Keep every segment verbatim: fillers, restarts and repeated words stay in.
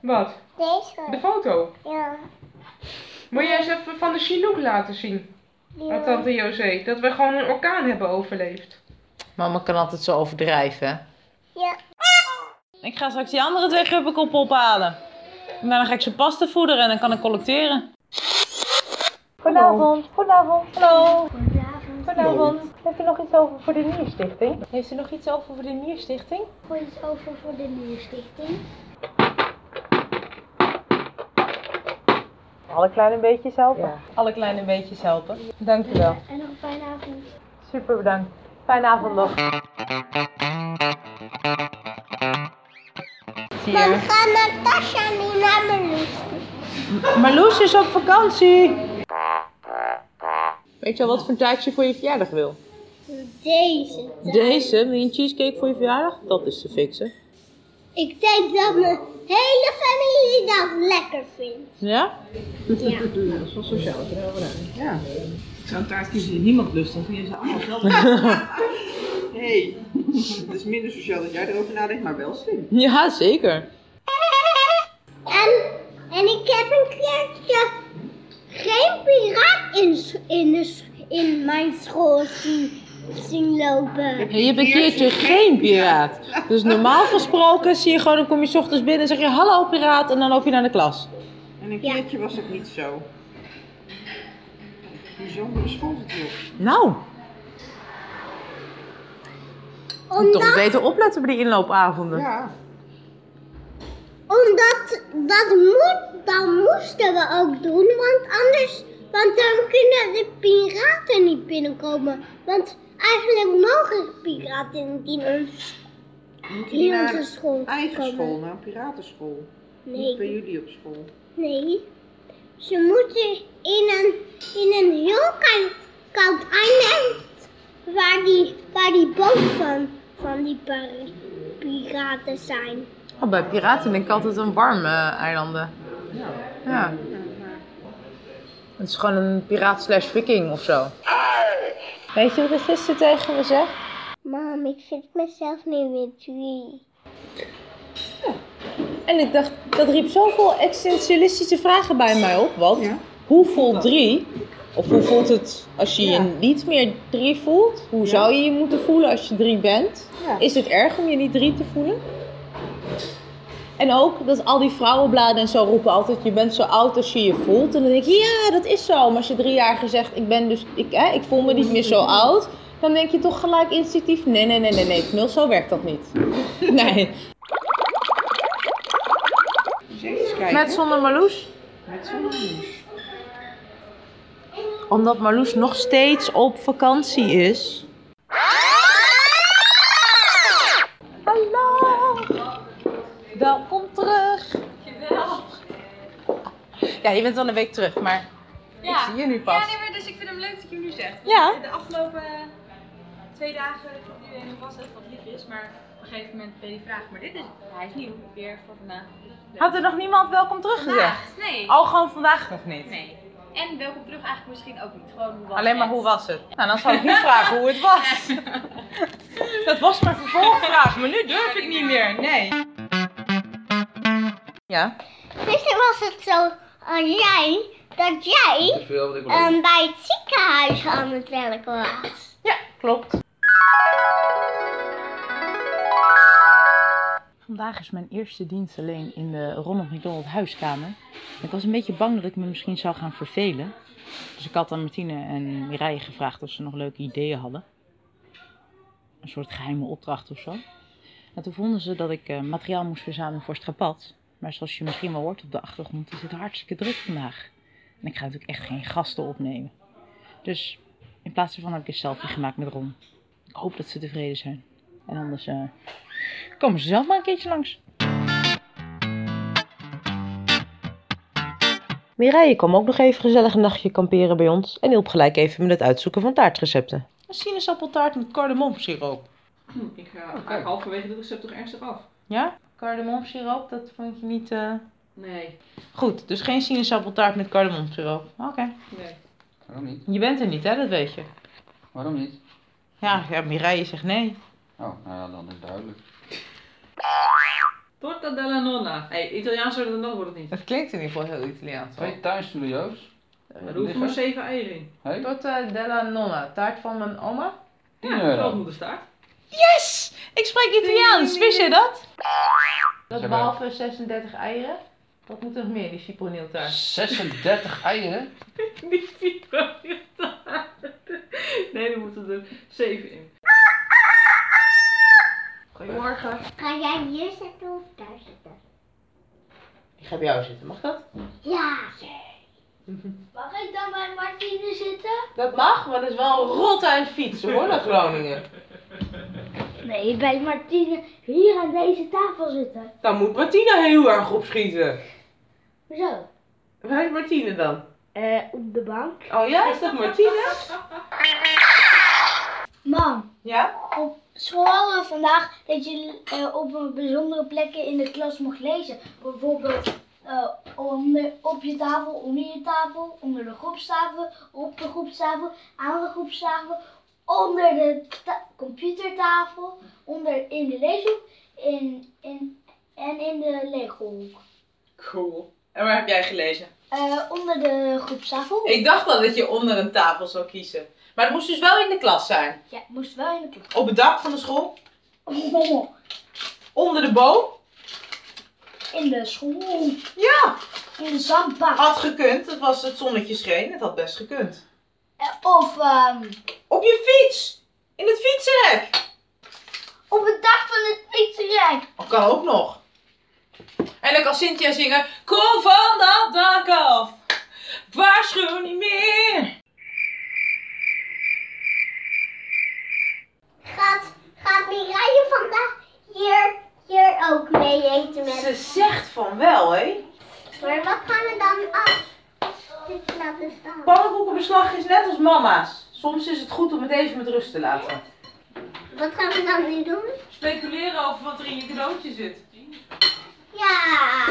Wat? Deze. De foto? Ja. Moet je eens even van de Chinook laten zien? Ja. Aan tante José. Dat we gewoon een orkaan hebben overleefd. Mama kan altijd zo overdrijven, hè? Ja. Ik ga straks die andere twee guppenkoppen ophalen. En daarna ga ik ze pasta voederen en dan kan ik collecteren. Goedenavond. Goedenavond. Hallo. Goedenavond. Goedenavond. Heeft u nog iets over voor de Nierstichting? Heeft u nog iets over voor de Nierstichting? Voor iets over voor de Nierstichting. Alle kleine beetjes helpen? Ja. Alle kleine beetjes helpen. Dank u wel. En nog een fijne avond. Super bedankt. Fijne avond nog. Dan gaat Natasja nu naar Marloes. Marloes is op vakantie. Weet je al wat voor taartje voor je verjaardag wil? Deze. Deze? Wil je een cheesecake voor je verjaardag? Dat is te fixen. Ik denk dat mijn hele familie dat lekker vindt. Ja? Ja. Nou, dat is wel sociaal, ik ben er wel aan. Ja. Ik zou een taart kiezen die niemand lust, dan kun je ze allemaal zelf. Hey, het is minder sociaal dat jij erover nadenkt, maar wel slim. Ja, zeker. En, en ik heb een keertje geen piraat in, s- in, de, s- in mijn school zien, zien lopen. Je hebt een keertje geen piraat. Dus normaal gesproken zie je gewoon, dan kom je 's ochtends binnen en zeg je hallo piraat en dan loop je naar de klas. En een Ja. keertje was het niet zo. Bijzondere school zit erop. Nou, je moet toch Omdat, beter opletten bij die inloopavonden. Ja. omdat dat moet, dat moesten we ook doen, want anders, want dan kunnen de piraten niet binnenkomen. Want eigenlijk mogen piraten niet in ons, Moeten die in naar onze school eigen komen. school, naar een piratenschool. Niet bij Nee, jullie op school. nee. Ze moeten in een, in een heel koud, koud eiland waar die, waar die boot van, van die par- piraten zijn. Oh, bij piraten denk ik altijd aan warme eh, eilanden. Ja. Ja. Ja, maar Het is gewoon een piraat slash viking of zo. Weet je wat ik gisteren tegen me zei? Mam, ik vind mezelf niet meer drie. En ik dacht, dat riep zoveel existentialistische vragen bij mij op. Want, Ja. hoe voelt drie? Of hoe voelt het als je je Ja. niet meer drie voelt? Hoe Ja. zou je je moeten voelen als je drie bent? Ja. Is het erg om je niet drie te voelen? En ook dat al die vrouwenbladen en zo roepen altijd, je bent zo oud als je je voelt. En dan denk je, ja, dat is zo. Maar als je drie jaar gezegd, ik ben dus, ik, hè, ik voel me niet meer zo oud. Dan denk je toch gelijk instinctief, nee, nee, nee, nee, nee, Knul, zo werkt dat niet. Nee. Dus even kijken. Met zonder Marloes? Met z'n allen. Omdat Marloes nog steeds op vakantie is. Hallo! Welkom terug! Dankjewel. Ja, je bent wel een week terug, maar ik Ja. zie je nu pas. Ja, nee, maar dus ik vind hem leuk dat je hem nu zegt. Ja. De afgelopen twee dagen, ik geloof nu even was het wat lief is, maar op een gegeven moment ben je die vraag, maar dit is, hij is nieuw, weer voor vandaag. Had er nog niemand welkom terug gezegd? Vandaag, nee. Oh, gewoon vandaag nog niet? Nee. En welkom terug eigenlijk misschien ook niet, gewoon hoe was Alleen maar het? hoe was het? Nou, dan zou ik niet vragen hoe het was. Dat was mijn vervolgvraag, maar nu durf ik niet meer. Nee. Ja? Gisteren was het zo als jij, dat jij ehm, bij het ziekenhuis aan het werken was. Ja, klopt. Vandaag is mijn eerste dienst alleen in de Ronald McDonald huiskamer. Ik was een beetje bang dat ik me misschien zou gaan vervelen. Dus ik had aan Martine en Mireille gevraagd of ze nog leuke ideeën hadden. Een soort geheime opdracht of zo. En toen vonden ze dat ik uh, materiaal moest verzamelen voor Strapat. Maar zoals je misschien wel hoort op de achtergrond is het hartstikke druk vandaag. En ik ga natuurlijk echt geen gasten opnemen. Dus in plaats daarvan heb ik een selfie gemaakt met Ron. Ik hoop dat ze tevreden zijn. En anders uh, komen ze zelf maar een keertje langs. Mireille kwam ook nog even gezellig een nachtje kamperen bij ons. En hielp gelijk even met het uitzoeken van taartrecepten. Een sinaasappeltaart met cardamomsiroop. Ik ga okay. halverwege dit recept toch ernstig af. Ja? Cardamomsiroop, dat vond je niet... Uh... Nee. Goed, dus geen sinaasappeltaart met cardamomsiroop. Oké. Okay. Nee. Waarom niet? Je bent er niet, hè? Dat weet je. Waarom niet? Ja, ja Mireille zegt nee. Oh, nou ja, dan is het duidelijk. Torta della nonna. Hé, hey, Italiaans dan dat wordt het niet. Het klinkt in ieder geval heel Italiaans. Twee tuinstoelen, Joost. Er hoeven maar zeven eieren in. Hey? Torta della nonna, taart van mijn oma. tien Ja, euro. grootmoederstaart. Yes! Ik spreek Italiaans, wist je dat? Dat Zeg behalve zesendertig eieren. Wat moet er nog meer in die fiproniltaart? zesendertig eieren? Die fiproniltaart. Nee, er moeten er zeven in. Goedemorgen. Ga jij hier zitten of daar zitten? Ik ga bij jou zitten, mag dat? Ja. Mag ik dan bij Martine zitten? Dat mag, maar dat is wel een rot aan het fietsen hoor, naar Groningen. Nee, bij Martine hier aan deze tafel zitten. Dan moet Martine heel erg opschieten. Zo. Waar is Martine dan? Eh, op de bank. Oh ja, is dat Martine? Mam, Ja? op school hadden we vandaag dat je eh, op een bijzondere plekken in de klas mocht lezen. Bijvoorbeeld eh, onder, op je tafel, onder je tafel, onder de groepstafel, op de groepstafel, aan de groepstafel, onder de ta- computertafel, onder in de leeshoek in, in, en in de legohoek. Cool. En waar heb jij gelezen? Eh, onder de groepstafel. Ik dacht al dat je onder een tafel zou kiezen. Maar het moest dus wel in de klas zijn. Ja, moest wel in de klas. Op het dak van de school? Onder de boom? In de school. Ja, In de zandbak. had gekund. Het was het zonnetje scheen. Het had best gekund. Eh, Of ehm Op je fiets! In het fietsenrek! op het dak van het fietsenrek. Dat kan ook nog. En dan kan Cynthia zingen: kom van dat dak af, waarschuw niet meer. Gaat, gaat Mireille vandaag hier, hier ook mee eten met? Ze zegt van wel, hé. Maar wat gaan we dan af? Dit laten staan. Pannenkoekenbeslag is net als mama's. Soms is het goed om het even met rust te laten. Wat gaan we dan nu doen? Speculeren over wat er in je cadeautje zit. Ja.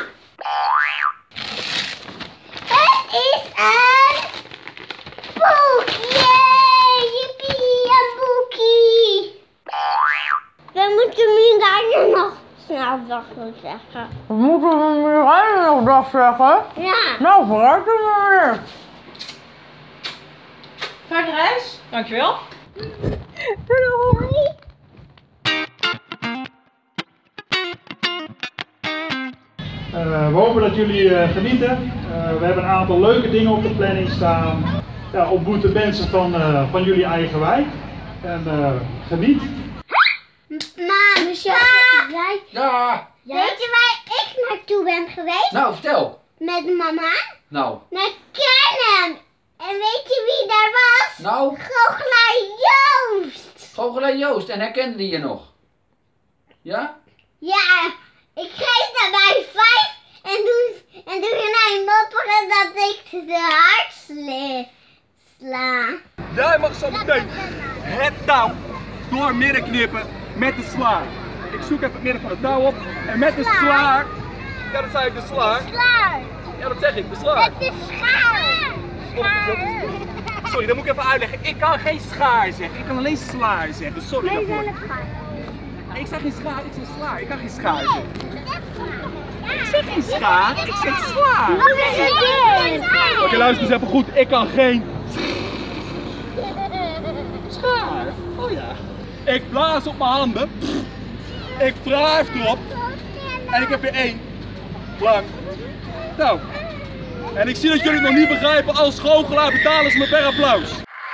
Het is een boekje. Jippie, een boekie. We moeten Mireille nog snel dag zeggen. We moeten Mireille nog dag zeggen. Ja. Nou, vooruit dan maar weer. Fijne reis. Dankjewel. Doei. Uh, we hopen dat jullie uh, genieten. Uh, we hebben een aantal leuke dingen op de planning staan. Ja, ontmoet de mensen van, uh, van jullie eigen wijk. En uh, geniet. Ma, Michel, jij, Ja, weet je waar ik naartoe ben geweest? nou vertel. Met mama? Nou, Naar Canon. En weet je wie daar was? nou, Goochelaar Joost. goochelaar Joost, en herkende die je nog? Ja? Ja, ik geef daarbij vijf en doe, en doe je naar mopperen dat ik de hart sla. sla. Jij mag zo meteen het touw door midden knippen met de slaar. Ik zoek even het midden van het touw op en met de slaar. Ja, dat zei ik, de slaar. Klaar. Ja, dat zeg ik, de slaar. Het is schaar. Sorry, dat moet ik even uitleggen. Ik kan geen schaar zeggen, ik kan alleen slaar zeggen. Sorry Nee, daarvoor. zelf gaan. Nee, ik zeg geen schaar, ik zeg slaar. Ik kan geen schaar zeggen. Ik zeg geen schaar, ik zeg slaar. Wat is het? Oké, luister eens even goed. Ik kan geen schaar. Oh ja. Ik blaas op mijn handen. Ik wrijf erop. En ik heb er één. Lang. Nou. En ik zie dat jullie het nog niet begrijpen. Als goochelaar betalen ze me per applaus.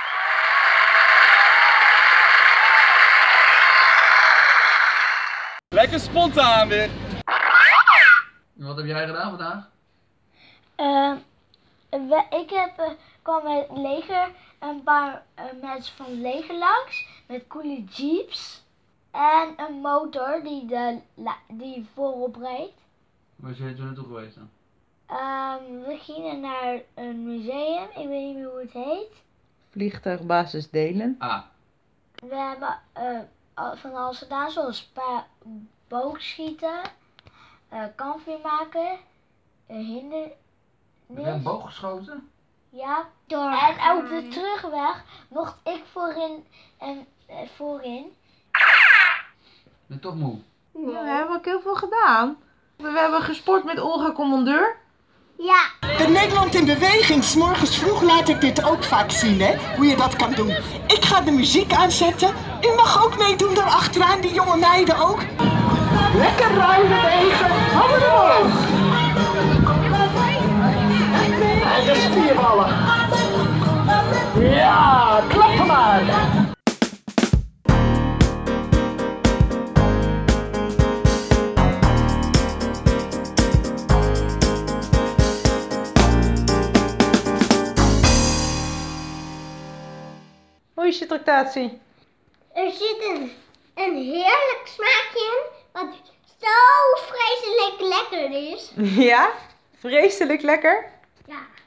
Lekker spontaan weer. Wat heb jij gedaan vandaag? Uh, we, ik heb, uh, kwam met het leger een paar uh, mensen van het leger langs met coole jeeps en een motor die, de, la, die voorop reed. Waar is je toen naartoe geweest dan? Um, we gingen naar een museum, ik weet niet meer hoe het heet. Vliegtuigbasis Delen. Ah, We hebben uh, al- van alles gedaan, zoals pa- boogschieten, uh, kampvuur maken, uh, hindernis. heb je een boog geschoten? Ja, en op de terugweg mocht ik voorin en uh, voorin. Ik ben toch moe. Ja, we hebben ook heel veel gedaan. We hebben gesport met Olga Commandeur. Ja. De Nederland in beweging, 's morgens vroeg laat ik dit ook vaak zien, hè? Hoe je dat kan doen. Ik ga de muziek aanzetten. U mag ook meedoen daar achteraan, die jonge meiden ook. Lekker ruim bewegen, handen omhoog. En de spierballen. Ja, klappen maar. Hoe is je tractatie? Er zit een, een heerlijk smaakje in, wat zo vreselijk lekker is. Ja? Vreselijk lekker? Ja.